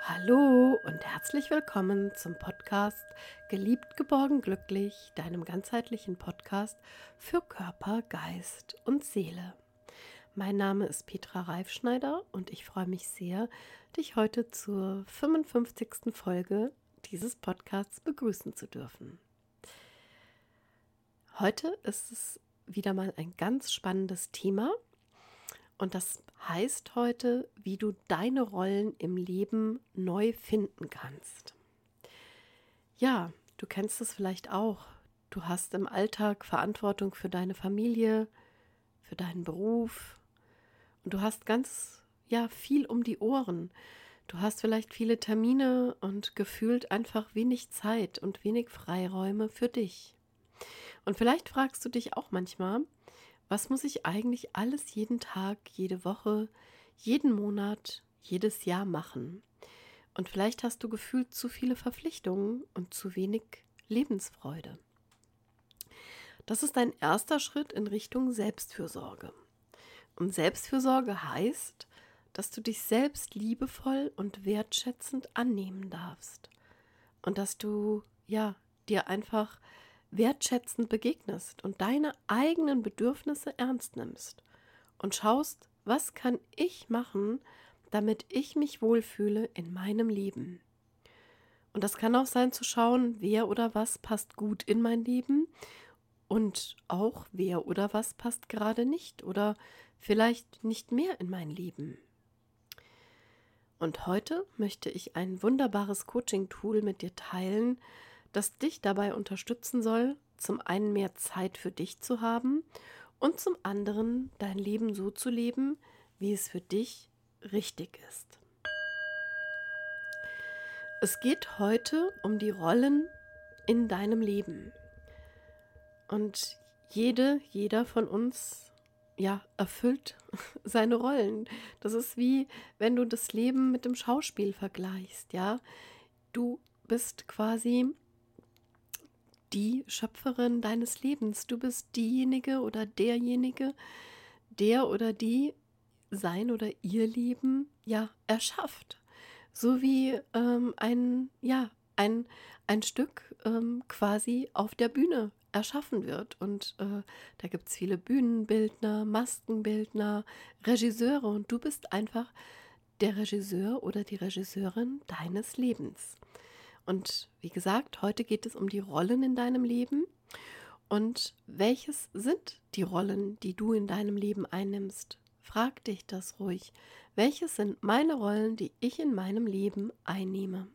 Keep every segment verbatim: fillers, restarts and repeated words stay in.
Hallo und herzlich willkommen zum Podcast Geliebt, geborgen, glücklich, deinem ganzheitlichen Podcast für Körper, Geist und Seele. Mein Name ist Petra Reifschneider und ich freue mich sehr, dich heute zur fünfundfünfzigsten Folge dieses Podcasts begrüßen zu dürfen. Heute ist es wieder mal ein ganz spannendes Thema. Und das heißt heute, wie du deine Rollen im Leben neu finden kannst. Ja, du kennst es vielleicht auch. Du hast im Alltag Verantwortung für deine Familie, für deinen Beruf und du hast ganz, ja, viel um die Ohren. Du hast vielleicht viele Termine und gefühlt einfach wenig Zeit und wenig Freiräume für dich. Und vielleicht fragst du dich auch manchmal, was muss ich eigentlich alles jeden Tag, jede Woche, jeden Monat, jedes Jahr machen? Und vielleicht hast du gefühlt zu viele Verpflichtungen und zu wenig Lebensfreude. Das ist ein erster Schritt in Richtung Selbstfürsorge. Und Selbstfürsorge heißt, dass du dich selbst liebevoll und wertschätzend annehmen darfst. Und dass du, ja, dir einfach wertschätzend begegnest und deine eigenen Bedürfnisse ernst nimmst und schaust, was kann ich machen, damit ich mich wohlfühle in meinem Leben. Und das kann auch sein zu schauen, wer oder was passt gut in mein Leben und auch wer oder was passt gerade nicht oder vielleicht nicht mehr in mein Leben. Und heute möchte ich ein wunderbares Coaching-Tool mit dir teilen, das dich dabei unterstützen soll, zum einen mehr Zeit für dich zu haben und zum anderen dein Leben so zu leben, wie es für dich richtig ist. Es geht heute um die Rollen in deinem Leben. Und jede, jeder von uns, ja, erfüllt seine Rollen. Das ist wie, wenn du das Leben mit dem Schauspiel vergleichst, ja. Du bist quasi die Schöpferin deines Lebens. Du bist diejenige oder derjenige, der oder die sein oder ihr Leben ja erschafft. So wie ähm, ein, ja, ein, ein Stück ähm, quasi auf der Bühne erschaffen wird. Und äh, da gibt es viele Bühnenbildner, Maskenbildner, Regisseure und du bist einfach der Regisseur oder die Regisseurin deines Lebens. Und wie gesagt, heute geht es um die Rollen in deinem Leben. Und welches sind die Rollen, die du in deinem Leben einnimmst? Frag dich das ruhig. Welches sind meine Rollen, die ich in meinem Leben einnehme?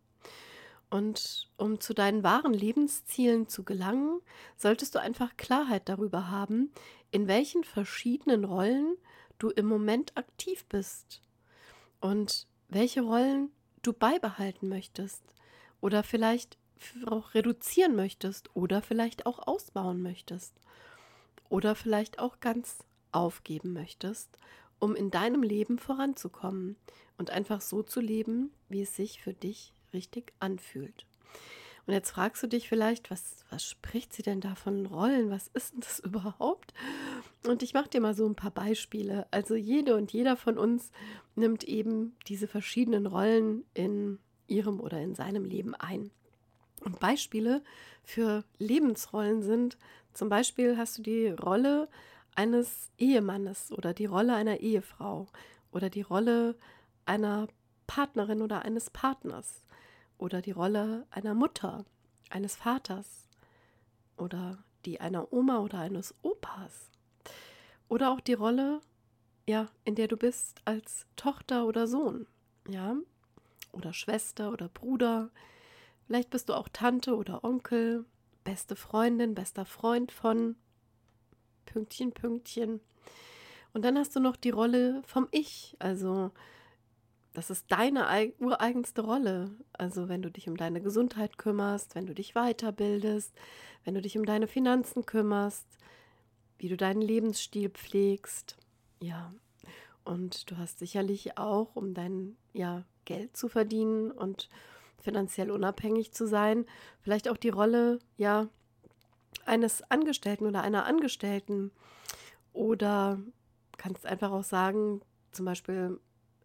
Und um zu deinen wahren Lebenszielen zu gelangen, solltest du einfach Klarheit darüber haben, in welchen verschiedenen Rollen du im Moment aktiv bist und welche Rollen du beibehalten möchtest oder vielleicht auch reduzieren möchtest oder vielleicht auch ausbauen möchtest oder vielleicht auch ganz aufgeben möchtest, um in deinem Leben voranzukommen und einfach so zu leben, wie es sich für dich richtig anfühlt. Und jetzt fragst du dich vielleicht, was, was spricht sie denn da von Rollen? Was ist denn das überhaupt? Und ich mache dir mal so ein paar Beispiele. Also jede und jeder von uns nimmt eben diese verschiedenen Rollen in ihrem oder in seinem Leben ein. Und Beispiele für Lebensrollen sind, zum Beispiel hast du die Rolle eines Ehemannes oder die Rolle einer Ehefrau oder die Rolle einer Partnerin oder eines Partners oder die Rolle einer Mutter, eines Vaters oder die einer Oma oder eines Opas oder auch die Rolle, ja, in der du bist als Tochter oder Sohn, ja, oder Schwester oder Bruder. Vielleicht bist du auch Tante oder Onkel, beste Freundin, bester Freund von Pünktchen, Pünktchen. Und dann hast du noch die Rolle vom Ich, also das ist deine eig- ureigenste Rolle. Also wenn du dich um deine Gesundheit kümmerst, wenn du dich weiterbildest, wenn du dich um deine Finanzen kümmerst, wie du deinen Lebensstil pflegst. Ja, und du hast sicherlich auch, um dein ja, Geld zu verdienen und finanziell unabhängig zu sein, vielleicht auch die Rolle ja eines Angestellten oder einer Angestellten oder kannst einfach auch sagen, zum Beispiel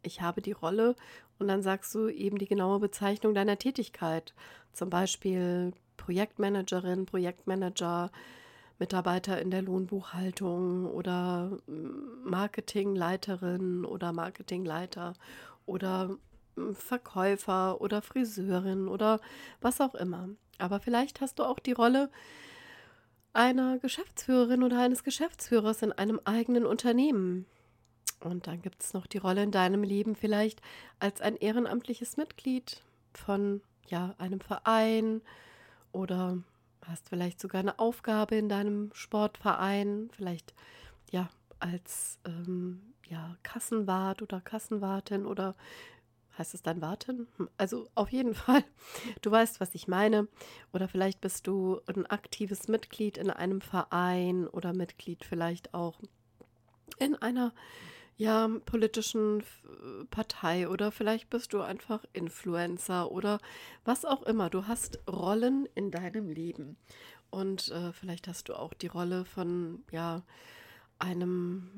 ich habe die Rolle und dann sagst du eben die genaue Bezeichnung deiner Tätigkeit. Zum Beispiel Projektmanagerin, Projektmanager, Mitarbeiter in der Lohnbuchhaltung oder mm, Marketingleiterin oder Marketingleiter oder mm, Verkäufer oder Friseurin oder was auch immer. Aber vielleicht hast du auch die Rolle einer Geschäftsführerin oder eines Geschäftsführers in einem eigenen Unternehmen. Und dann gibt es noch die Rolle in deinem Leben vielleicht als ein ehrenamtliches Mitglied von, ja, einem Verein oder hast vielleicht sogar eine Aufgabe in deinem Sportverein, vielleicht ja als ähm, ja, Kassenwart oder Kassenwartin oder heißt es dann Warten? Hm, Also auf jeden Fall, du weißt, was ich meine. Oder vielleicht bist du ein aktives Mitglied in einem Verein oder Mitglied vielleicht auch in einer ja, politischen F- Partei oder vielleicht bist du einfach Influencer oder was auch immer. Du hast Rollen in deinem Leben und äh, vielleicht hast du auch die Rolle von ja, einem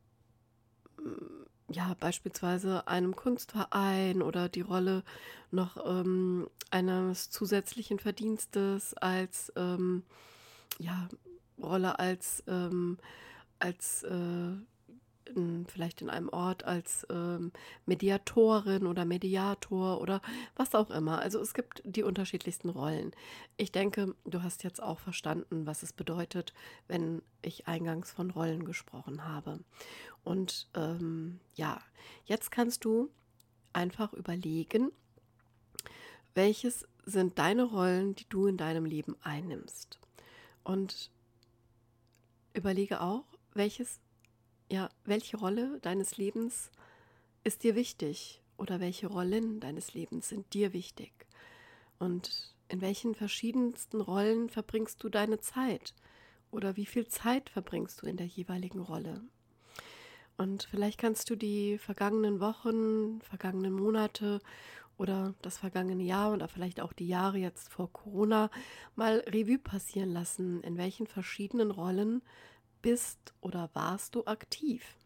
ja, beispielsweise einem Kunstverein oder die Rolle noch ähm, eines zusätzlichen Verdienstes als ähm, ja, Rolle als, ähm, als äh, in, vielleicht in einem Ort als ähm, Mediatorin oder Mediator oder was auch immer. Also es gibt die unterschiedlichsten Rollen. Ich denke, du hast jetzt auch verstanden, was es bedeutet, wenn ich eingangs von Rollen gesprochen habe. Und ähm, ja, jetzt kannst du einfach überlegen, welches sind deine Rollen, die du in deinem Leben einnimmst. Und überlege auch, welches, ja, welche Rolle deines Lebens ist dir wichtig oder welche Rollen deines Lebens sind dir wichtig. Und in welchen verschiedensten Rollen verbringst du deine Zeit? Oder wie viel Zeit verbringst du in der jeweiligen Rolle? Und vielleicht kannst du die vergangenen Wochen, vergangenen Monate oder das vergangene Jahr oder vielleicht auch die Jahre jetzt vor Corona mal Revue passieren lassen. In welchen verschiedenen Rollen bist oder warst du aktiv?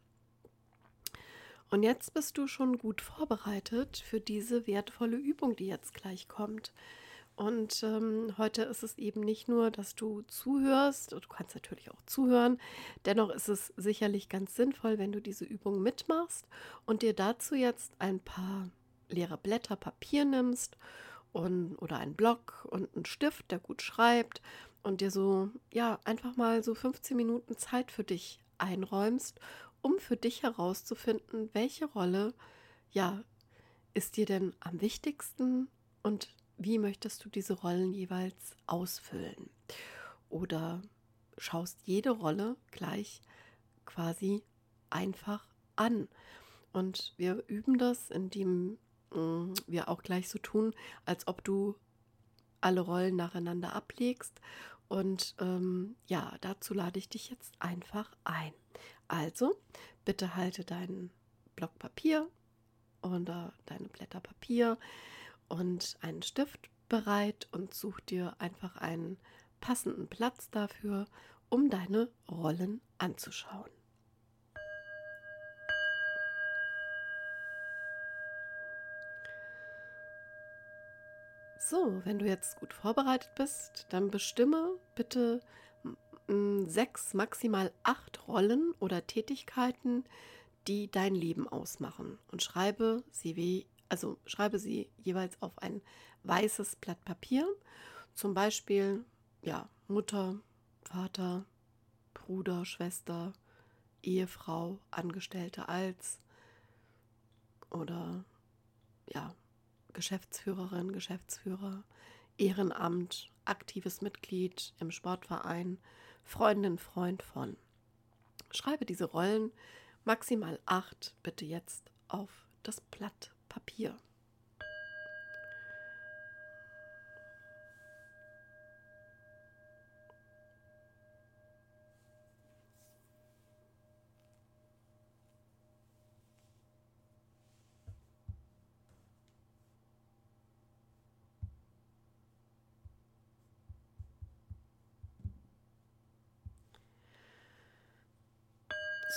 Und jetzt bist du schon gut vorbereitet für diese wertvolle Übung, die jetzt gleich kommt. Und ähm, heute ist es eben nicht nur, dass du zuhörst, du kannst natürlich auch zuhören, dennoch ist es sicherlich ganz sinnvoll, wenn du diese Übung mitmachst und dir dazu jetzt ein paar leere Blätter Papier nimmst und, oder einen Block und einen Stift, der gut schreibt und dir so, ja, einfach mal so fünfzehn Minuten Zeit für dich einräumst, um für dich herauszufinden, welche Rolle, ja, ist dir denn am wichtigsten und wie möchtest du diese Rollen jeweils ausfüllen? Oder schaust jede Rolle gleich quasi einfach an. Und wir üben das, indem mm, wir auch gleich so tun, als ob du alle Rollen nacheinander ablegst. Und ähm, ja, dazu lade ich dich jetzt einfach ein. Also, bitte halte deinen Block Papier oder deine Blätter Papier und einen Stift bereit und such dir einfach einen passenden Platz dafür, um deine Rollen anzuschauen. So, wenn du jetzt gut vorbereitet bist, dann bestimme bitte mm, sechs, maximal acht Rollen oder Tätigkeiten, die dein Leben ausmachen und schreibe sie wie, also schreibe sie jeweils auf ein weißes Blatt Papier, zum Beispiel ja, Mutter, Vater, Bruder, Schwester, Ehefrau, Angestellte als oder ja, Geschäftsführerin, Geschäftsführer, Ehrenamt, aktives Mitglied im Sportverein, Freundin, Freund von. Schreibe diese Rollen, maximal acht, bitte jetzt auf das Blatt Papier.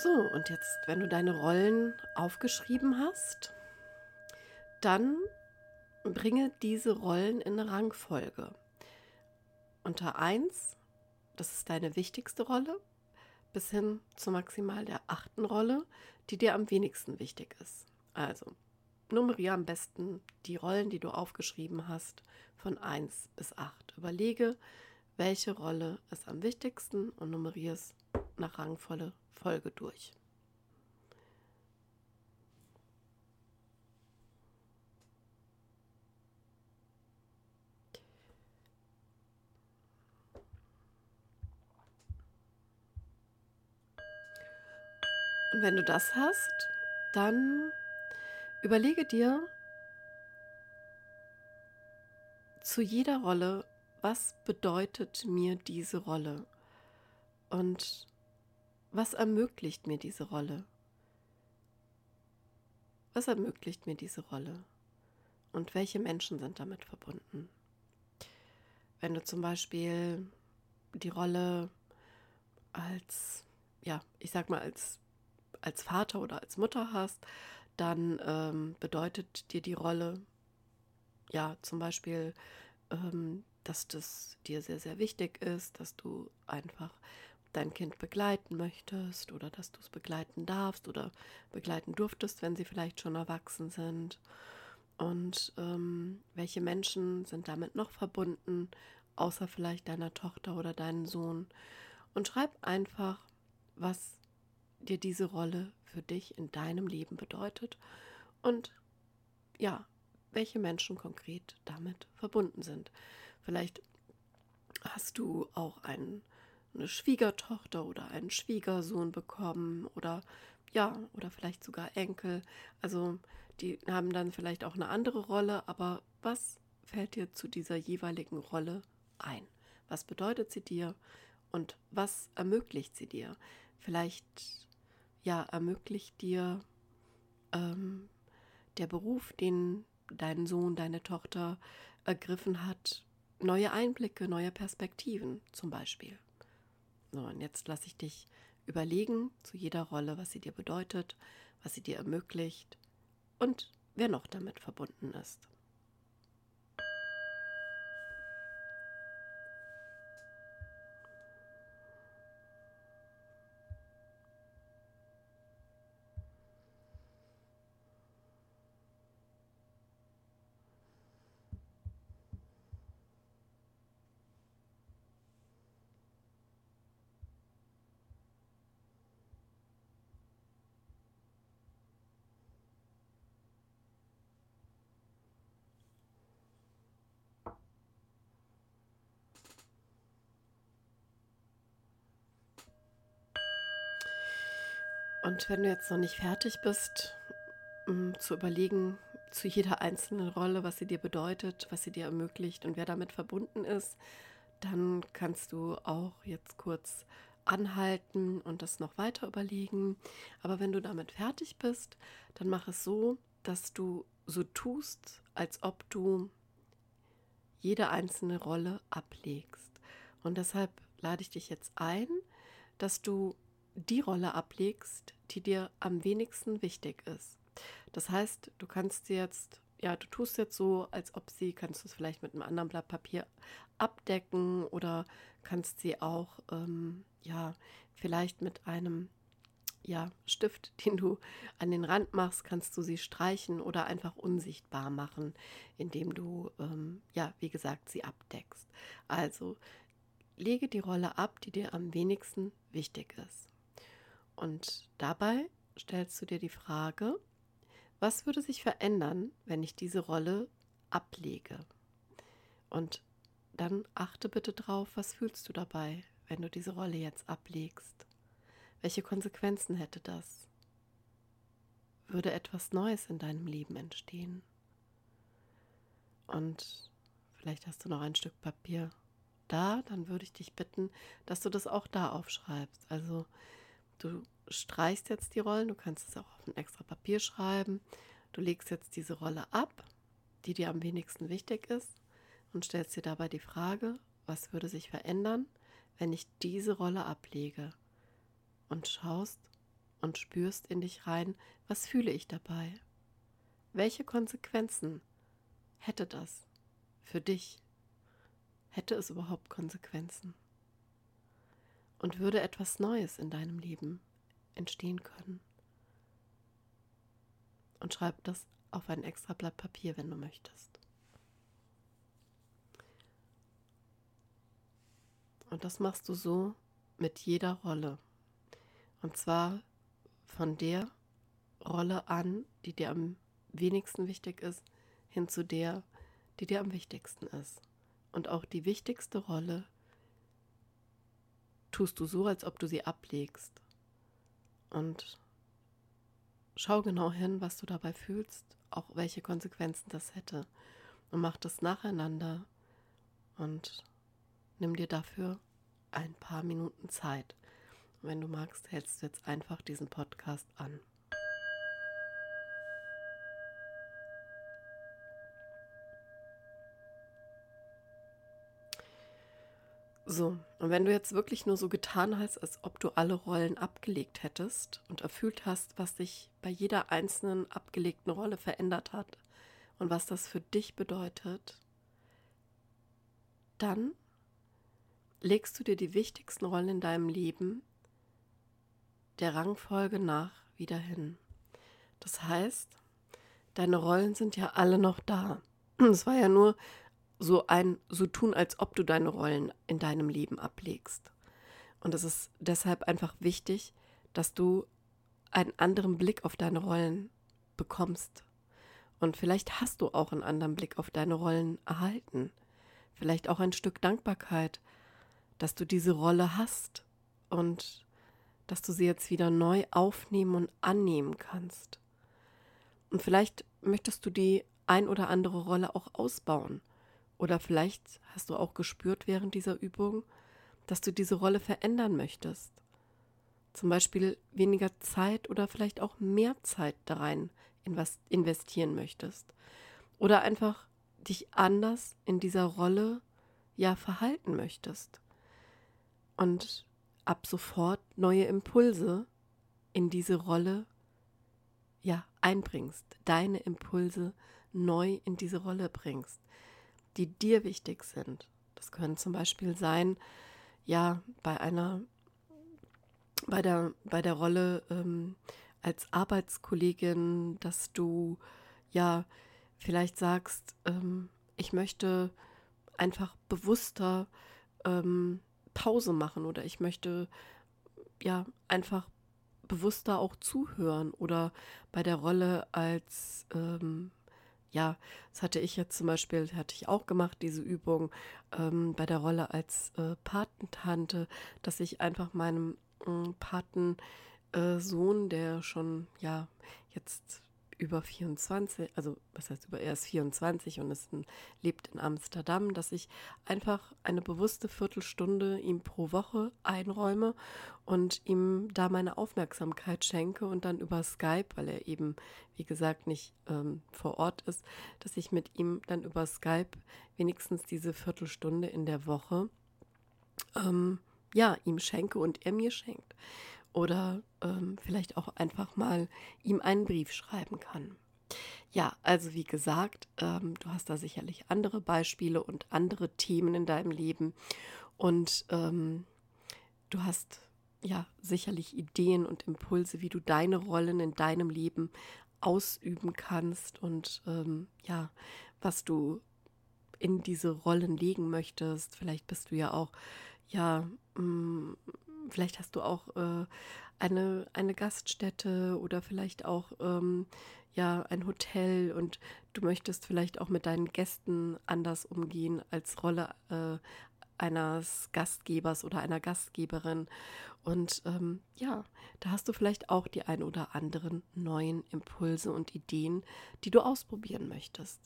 So, und jetzt, wenn du deine Rollen aufgeschrieben hast, dann bringe diese Rollen in eine Rangfolge. Unter eins, das ist deine wichtigste Rolle, bis hin zu maximal der achten Rolle, die dir am wenigsten wichtig ist. Also nummeriere am besten die Rollen, die du aufgeschrieben hast, von eins bis acht. Überlege, welche Rolle ist am wichtigsten und nummeriere es nach rangvolle Folge durch. Und wenn du das hast, dann überlege dir zu jeder Rolle, was bedeutet mir diese Rolle und was ermöglicht mir diese Rolle? Was ermöglicht mir diese Rolle? Und welche Menschen sind damit verbunden? Wenn du zum Beispiel die Rolle als, ja, ich sag mal, als, als Vater oder als Mutter hast, dann ähm, bedeutet dir die Rolle, ja, zum Beispiel, ähm, dass das dir sehr, sehr wichtig ist, dass du einfach dein Kind begleiten möchtest oder dass du es begleiten darfst oder begleiten durftest, wenn sie vielleicht schon erwachsen sind. Und ähm, welche Menschen sind damit noch verbunden, außer vielleicht deiner Tochter oder deinen Sohn? Und schreib einfach, was dir diese Rolle für dich in deinem Leben bedeutet und ja, welche Menschen konkret damit verbunden sind. Vielleicht hast du auch einen, eine Schwiegertochter oder einen Schwiegersohn bekommen oder ja, oder vielleicht sogar Enkel. Also die haben dann vielleicht auch eine andere Rolle, aber was fällt dir zu dieser jeweiligen Rolle ein? Was bedeutet sie dir und was ermöglicht sie dir? Vielleicht ja, ermöglicht dir ähm, der Beruf, den dein Sohn, deine Tochter ergriffen hat, neue Einblicke, neue Perspektiven zum Beispiel. So, und jetzt lasse ich dich überlegen zu jeder Rolle, was sie dir bedeutet, was sie dir ermöglicht und wer noch damit verbunden ist. Und wenn du jetzt noch nicht fertig bist, um zu überlegen, zu jeder einzelnen Rolle, was sie dir bedeutet, was sie dir ermöglicht und wer damit verbunden ist, dann kannst du auch jetzt kurz anhalten und das noch weiter überlegen. Aber wenn du damit fertig bist, dann mach es so, dass du so tust, als ob du jede einzelne Rolle ablegst. Und deshalb lade ich dich jetzt ein, dass du die Rolle ablegst, die dir am wenigsten wichtig ist. Das heißt, du kannst sie jetzt, ja, du tust jetzt so, als ob sie, kannst du es vielleicht mit einem anderen Blatt Papier abdecken oder kannst sie auch, ähm, ja, vielleicht mit einem, ja, Stift, den du an den Rand machst, kannst du sie streichen oder einfach unsichtbar machen, indem du, ähm, ja, wie gesagt, sie abdeckst. Also lege die Rolle ab, die dir am wenigsten wichtig ist. Und dabei stellst du dir die Frage, was würde sich verändern, wenn ich diese Rolle ablege? Und dann achte bitte drauf, was fühlst du dabei, wenn du diese Rolle jetzt ablegst? Welche Konsequenzen hätte das? Würde etwas Neues in deinem Leben entstehen? Und vielleicht hast du noch ein Stück Papier da, dann würde ich dich bitten, dass du das auch da aufschreibst. Also du streichst jetzt die Rollen, du kannst es auch auf ein extra Papier schreiben. Du legst jetzt diese Rolle ab, die dir am wenigsten wichtig ist und stellst dir dabei die Frage, was würde sich verändern, wenn ich diese Rolle ablege? Und schaust, und spürst in dich rein, was fühle ich dabei? Welche Konsequenzen hätte das für dich? Hätte es überhaupt Konsequenzen? Und würde etwas Neues in deinem Leben entstehen können? Und schreib das auf ein extra Blatt Papier, wenn du möchtest. Und das machst du so mit jeder Rolle. Und zwar von der Rolle an, die dir am wenigsten wichtig ist, hin zu der, die dir am wichtigsten ist. Und auch die wichtigste Rolle tust du so, als ob du sie ablegst. Und schau genau hin, was du dabei fühlst, auch welche Konsequenzen das hätte. Und mach das nacheinander und nimm dir dafür ein paar Minuten Zeit. Und wenn du magst, hältst du jetzt einfach diesen Podcast an. So, und wenn du jetzt wirklich nur so getan hast, als ob du alle Rollen abgelegt hättest und erfüllt hast, was sich bei jeder einzelnen abgelegten Rolle verändert hat und was das für dich bedeutet, dann legst du dir die wichtigsten Rollen in deinem Leben der Rangfolge nach wieder hin. Das heißt, deine Rollen sind ja alle noch da. Es war ja nur so ein so tun, als ob du deine Rollen in deinem Leben ablegst. Und es ist deshalb einfach wichtig, dass du einen anderen Blick auf deine Rollen bekommst. Und vielleicht hast du auch einen anderen Blick auf deine Rollen erhalten. Vielleicht auch ein Stück Dankbarkeit, dass du diese Rolle hast und dass du sie jetzt wieder neu aufnehmen und annehmen kannst. Und vielleicht möchtest du die ein oder andere Rolle auch ausbauen. Oder vielleicht hast du auch gespürt während dieser Übung, dass du diese Rolle verändern möchtest. Zum Beispiel weniger Zeit oder vielleicht auch mehr Zeit da rein investieren möchtest. Oder einfach dich anders in dieser Rolle ja verhalten möchtest. Und ab sofort neue Impulse in diese Rolle ja einbringst. Deine Impulse neu in diese Rolle bringst, die dir wichtig sind. Das können zum Beispiel sein, ja, bei einer, bei der, bei der Rolle ähm, als Arbeitskollegin, dass du ja vielleicht sagst, ähm, ich möchte einfach bewusster ähm, Pause machen oder ich möchte ja einfach bewusster auch zuhören oder bei der Rolle als ähm, ja, das hatte ich jetzt zum Beispiel, hatte ich auch gemacht, diese Übung ähm, bei der Rolle als äh, Patentante, dass ich einfach meinem äh, Patensohn, äh, der schon, ja, jetzt über vierundzwanzig, also was heißt über, er ist vierundzwanzig und ist ein, lebt in Amsterdam, dass ich einfach eine bewusste Viertelstunde ihm pro Woche einräume und ihm da meine Aufmerksamkeit schenke und dann über Skype, weil er eben, wie gesagt, nicht ähm, vor Ort ist, dass ich mit ihm dann über Skype wenigstens diese Viertelstunde in der Woche ähm, ja, ihm schenke und er mir schenkt. Oder ähm, vielleicht auch einfach mal ihm einen Brief schreiben kann. Ja, also wie gesagt, ähm, du hast da sicherlich andere Beispiele und andere Themen in deinem Leben und ähm, du hast ja sicherlich Ideen und Impulse, wie du deine Rollen in deinem Leben ausüben kannst und ähm, ja, was du in diese Rollen legen möchtest. Vielleicht bist du ja auch, ja, mh, vielleicht hast du auch äh, eine, eine Gaststätte oder vielleicht auch ähm, ja, ein Hotel und du möchtest vielleicht auch mit deinen Gästen anders umgehen als Rolle äh, eines Gastgebers oder einer Gastgeberin. Und ähm, ja, da hast du vielleicht auch die ein oder anderen neuen Impulse und Ideen, die du ausprobieren möchtest.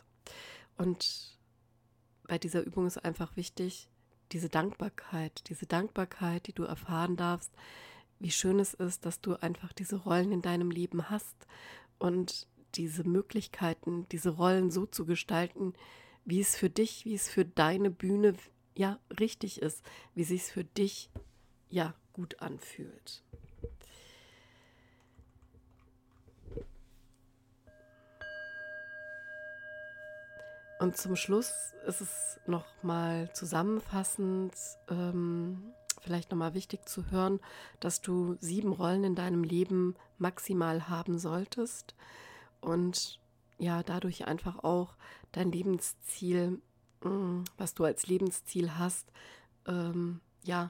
Und bei dieser Übung ist einfach wichtig, diese Dankbarkeit, diese Dankbarkeit, die du erfahren darfst, wie schön es ist, dass du einfach diese Rollen in deinem Leben hast und diese Möglichkeiten, diese Rollen so zu gestalten, wie es für dich, wie es für deine Bühne ja richtig ist, wie es sich für dich ja gut anfühlt. Und zum Schluss ist es nochmal zusammenfassend, ähm, vielleicht nochmal wichtig zu hören, dass du sieben Rollen in deinem Leben maximal haben solltest und ja, dadurch einfach auch dein Lebensziel, mm, was du als Lebensziel hast, ähm, ja,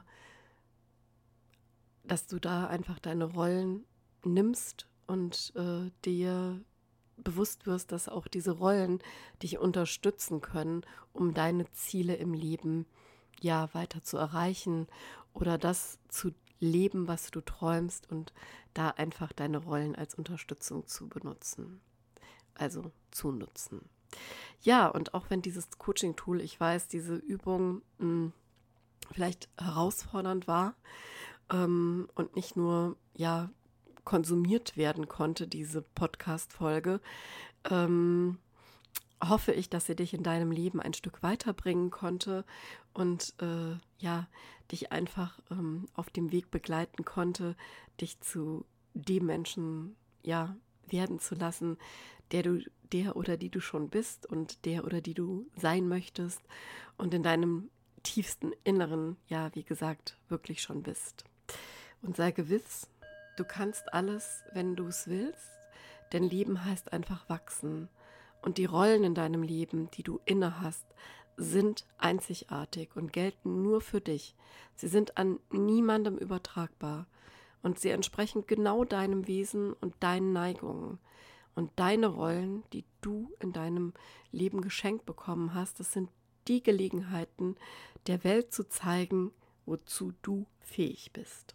dass du da einfach deine Rollen nimmst und äh, dir bewusst wirst, dass auch diese Rollen dich unterstützen können, um deine Ziele im Leben ja weiter zu erreichen oder das zu leben, was du träumst und da einfach deine Rollen als Unterstützung zu benutzen, also zu nutzen. Ja, und auch wenn dieses Coaching-Tool, ich weiß, diese Übung mh, vielleicht herausfordernd war, ähm, und nicht nur ja konsumiert werden konnte, diese Podcast-Folge, ähm, hoffe ich, dass sie dich in deinem Leben ein Stück weiterbringen konnte und äh, ja, dich einfach ähm, auf dem Weg begleiten konnte, dich zu dem Menschen ja werden zu lassen, der du, der oder die du schon bist und der oder die du sein möchtest und in deinem tiefsten Inneren, ja, wie gesagt, wirklich schon bist. Und sei gewiss, du kannst alles, wenn du es willst, denn Leben heißt einfach wachsen. Und die Rollen in deinem Leben, die du inne hast, sind einzigartig und gelten nur für dich. Sie sind an niemandem übertragbar und sie entsprechen genau deinem Wesen und deinen Neigungen. Und deine Rollen, die du in deinem Leben geschenkt bekommen hast, das sind die Gelegenheiten, der Welt zu zeigen, wozu du fähig bist.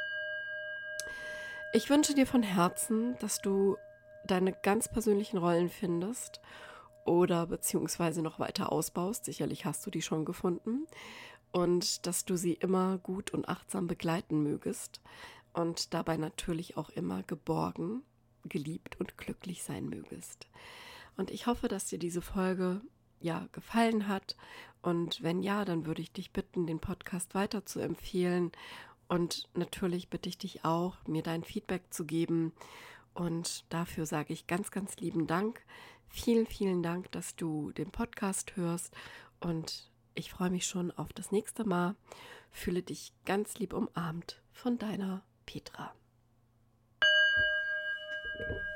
Ich wünsche dir von Herzen, dass du deine ganz persönlichen Rollen findest oder beziehungsweise noch weiter ausbaust. Sicherlich hast du die schon gefunden. Und dass du sie immer gut und achtsam begleiten mögest und dabei natürlich auch immer geborgen, geliebt und glücklich sein mögest. Und ich hoffe, dass dir diese Folge ja gefallen hat. Und wenn ja, dann würde ich dich bitten, den Podcast weiter zu empfehlen. Und natürlich bitte ich dich auch, mir dein Feedback zu geben. Und dafür sage ich ganz, ganz lieben Dank. Vielen, vielen Dank, dass du den Podcast hörst. Und ich freue mich schon auf das nächste Mal. Fühle dich ganz lieb umarmt von deiner Petra.